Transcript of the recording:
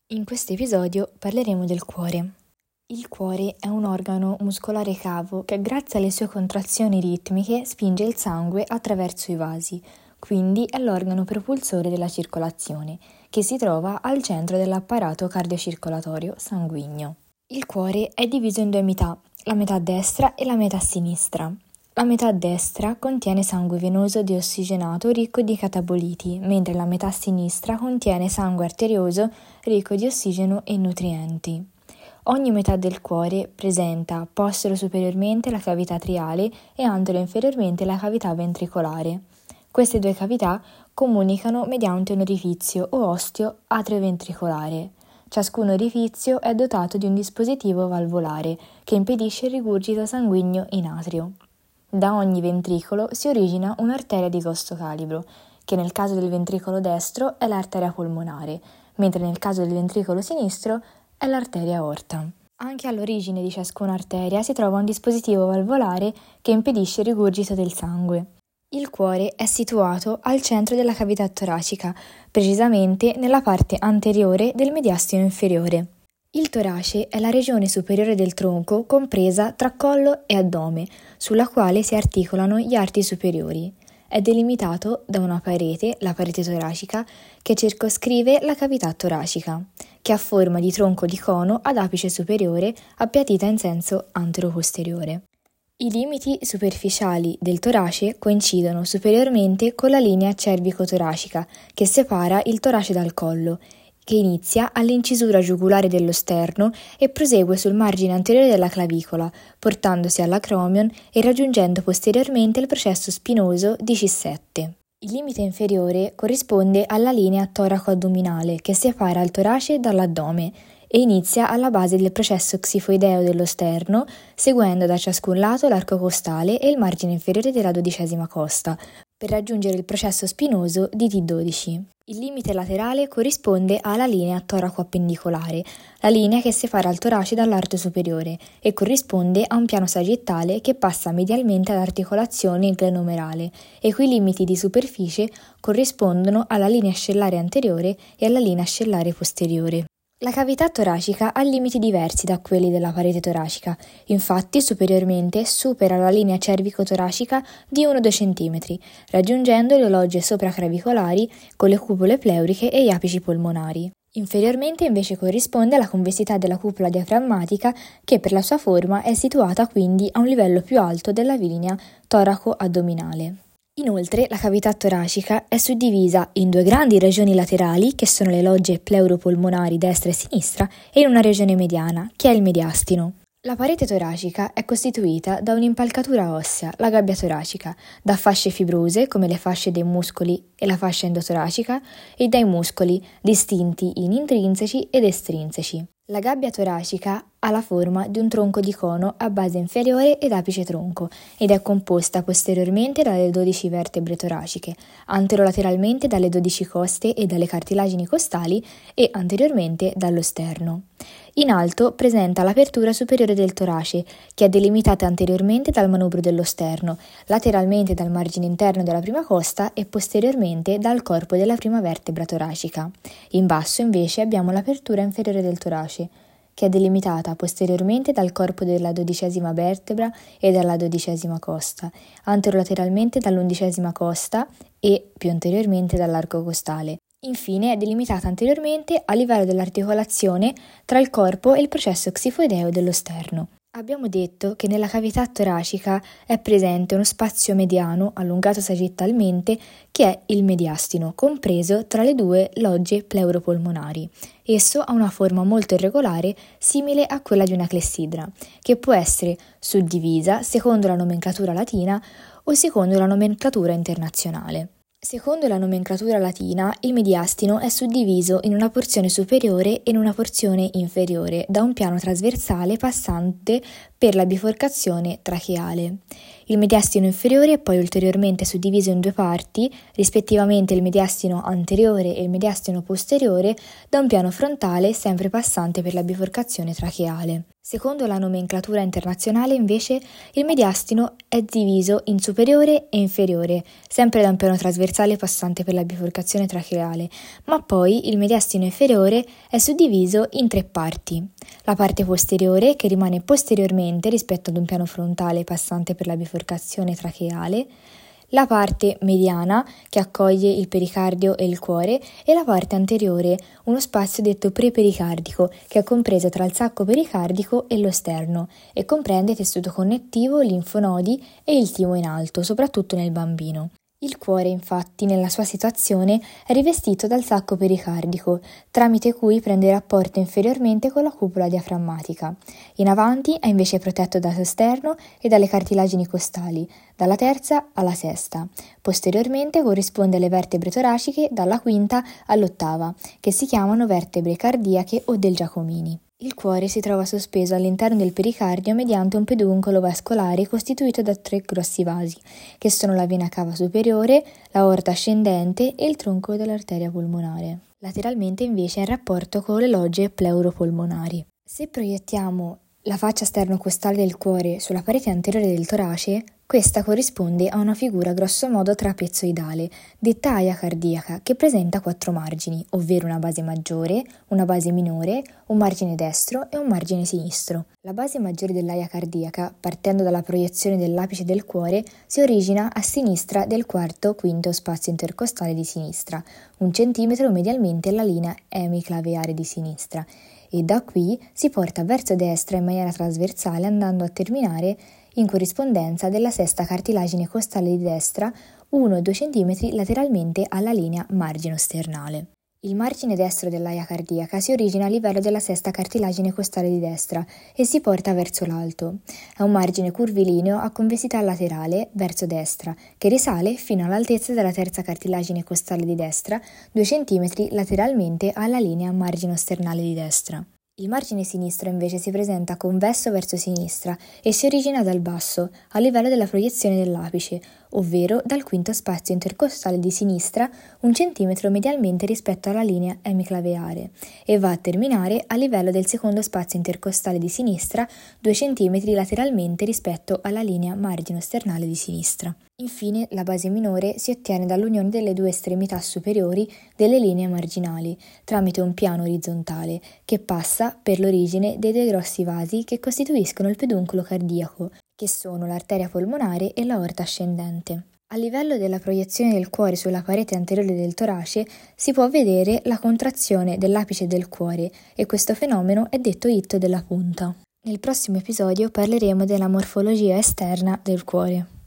In questo episodio parleremo del cuore. Il cuore è un organo muscolare cavo che grazie alle sue contrazioni ritmiche spinge il sangue attraverso i vasi, quindi è l'organo propulsore della circolazione, che si trova al centro dell'apparato cardiocircolatorio sanguigno. Il cuore è diviso in due metà, la metà destra e la metà sinistra. La metà destra contiene sangue venoso deossigenato ricco di cataboliti, mentre la metà sinistra contiene sangue arterioso ricco di ossigeno e nutrienti. Ogni metà del cuore presenta postero-superiormente la cavità atriale e antero-inferiormente la cavità ventricolare. Queste due cavità comunicano mediante un orifizio o osteo atrioventricolare. Ciascun orifizio è dotato di un dispositivo valvolare che impedisce il rigurgito sanguigno in atrio. Da ogni ventricolo si origina un'arteria di grosso calibro, che nel caso del ventricolo destro è l'arteria polmonare, mentre nel caso del ventricolo sinistro è l'arteria aorta. Anche all'origine di ciascuna arteria si trova un dispositivo valvolare che impedisce il rigurgito del sangue. Il cuore è situato al centro della cavità toracica, precisamente nella parte anteriore del mediastino inferiore. Il torace è la regione superiore del tronco compresa tra collo e addome, sulla quale si articolano gli arti superiori. È delimitato da una parete, la parete toracica, che circoscrive la cavità toracica, che ha forma di tronco di cono ad apice superiore appiattita in senso antero-posteriore. I limiti superficiali del torace coincidono superiormente con la linea cervico-toracica, che separa il torace dal collo, che inizia all'incisura giugulare dello sterno e prosegue sul margine anteriore della clavicola, portandosi all'acromion e raggiungendo posteriormente il processo spinoso di C7. Il limite inferiore corrisponde alla linea toraco-addominale che separa il torace dall'addome e inizia alla base del processo xifoideo dello sterno, seguendo da ciascun lato l'arco costale e il margine inferiore della 12ª costa, per raggiungere il processo spinoso di T12. Il limite laterale corrisponde alla linea toraco-appendicolare, la linea che separa il torace dall'arto superiore, e corrisponde a un piano sagittale che passa medialmente all'articolazione glenomerale, e cui limiti di superficie corrispondono alla linea ascellare anteriore e alla linea ascellare posteriore. La cavità toracica ha limiti diversi da quelli della parete toracica, infatti superiormente supera la linea cervico-toracica di 1-2 cm, raggiungendo le logge sopraclavicolari con le cupole pleuriche e gli apici polmonari. Inferiormente invece corrisponde alla convessità della cupola diaframmatica che per la sua forma è situata quindi a un livello più alto della linea toraco-addominale. Inoltre, la cavità toracica è suddivisa in due grandi regioni laterali, che sono le logge pleuropolmonari destra e sinistra, e in una regione mediana, che è il mediastino. La parete toracica è costituita da un'impalcatura ossea, la gabbia toracica, da fasce fibrose, come le fasce dei muscoli e la fascia endotoracica, e dai muscoli, distinti in intrinseci ed estrinseci. La gabbia toracica ha la forma di un tronco di cono a base inferiore ed apice tronco ed è composta posteriormente dalle 12 vertebre toraciche, anterolateralmente dalle 12 coste e dalle cartilagini costali e anteriormente dallo sterno. In alto presenta l'apertura superiore del torace, che è delimitata anteriormente dal manubrio dello sterno, lateralmente dal margine interno della prima costa e posteriormente dal corpo della prima vertebra toracica. In basso invece abbiamo l'apertura inferiore del torace, che è delimitata posteriormente dal corpo della 12ª vertebra e dalla 12ª costa, anterolateralmente dall'11ª costa e più anteriormente dall'arco costale. Infine è delimitata anteriormente a livello dell'articolazione tra il corpo e il processo xifoideo dello sterno. Abbiamo detto che nella cavità toracica è presente uno spazio mediano allungato sagittalmente che è il mediastino, compreso tra le due logge pleuropolmonari. Esso ha una forma molto irregolare, simile a quella di una clessidra, che può essere suddivisa secondo la nomenclatura latina o secondo la nomenclatura internazionale. Secondo la nomenclatura latina, il mediastino è suddiviso in una porzione superiore e in una porzione inferiore da un piano trasversale passante per la biforcazione tracheale. Il mediastino inferiore è poi ulteriormente suddiviso in due parti, rispettivamente il mediastino anteriore e il mediastino posteriore, da un piano frontale sempre passante per la biforcazione tracheale. Secondo la nomenclatura internazionale, invece, il mediastino è diviso in superiore e inferiore, sempre da un piano trasversale passante per la biforcazione tracheale, ma poi il mediastino inferiore è suddiviso in 3 parti. La parte posteriore, che rimane posteriormente rispetto ad un piano frontale passante per la biforcazione tracheale, la parte mediana, che accoglie il pericardio e il cuore, e la parte anteriore, uno spazio detto prepericardico, che è compreso tra il sacco pericardico e lo sterno, e comprende tessuto connettivo, linfonodi e il timo in alto, soprattutto nel bambino. Il cuore, infatti, nella sua situazione è rivestito dal sacco pericardico, tramite cui prende rapporto inferiormente con la cupola diaframmatica. In avanti è invece protetto dal sterno e dalle cartilagini costali, dalla terza alla sesta. Posteriormente corrisponde alle vertebre toraciche dalla quinta all'8ª, che si chiamano vertebre cardiache o del Giacomini. Il cuore si trova sospeso all'interno del pericardio mediante un peduncolo vascolare costituito da 3 grossi vasi, che sono la vena cava superiore, l'aorta ascendente e il tronco dell'arteria polmonare. Lateralmente invece è in rapporto con le logge pleuropolmonari. Se proiettiamo la faccia sternocostale del cuore sulla parete anteriore del torace, questa corrisponde a una figura grossomodo trapezoidale, detta aia cardiaca, che presenta 4 margini, ovvero una base maggiore, una base minore, un margine destro e un margine sinistro. La base maggiore dell'aia cardiaca, partendo dalla proiezione dell'apice del cuore, si origina a sinistra del quarto-quinto spazio intercostale di sinistra, 1 centimetro medialmente alla linea emiclaveare di sinistra, e da qui si porta verso destra in maniera trasversale andando a terminare in corrispondenza della sesta cartilagine costale di destra 1-2 cm lateralmente alla linea margine-sternale. Il margine destro dell'aia cardiaca si origina a livello della sesta cartilagine costale di destra e si porta verso l'alto. È un margine curvilineo a convessità laterale verso destra, che risale fino all'altezza della terza cartilagine costale di destra, 2 cm lateralmente alla linea margine-sternale di destra. Il margine sinistro invece si presenta convesso verso sinistra e si origina dal basso, a livello della proiezione dell'apice, ovvero dal quinto spazio intercostale di sinistra 1 cm medialmente rispetto alla linea emiclaveare, e va a terminare a livello del secondo spazio intercostale di sinistra 2 cm lateralmente rispetto alla linea margine-sternale di sinistra. Infine, la base minore si ottiene dall'unione delle 2 estremità superiori delle linee marginali, tramite un piano orizzontale, che passa per l'origine dei 2 grossi vasi che costituiscono il peduncolo cardiaco, che sono l'arteria polmonare e l'aorta ascendente. A livello della proiezione del cuore sulla parete anteriore del torace si può vedere la contrazione dell'apice del cuore, e questo fenomeno è detto icto della punta. Nel prossimo episodio parleremo della morfologia esterna del cuore.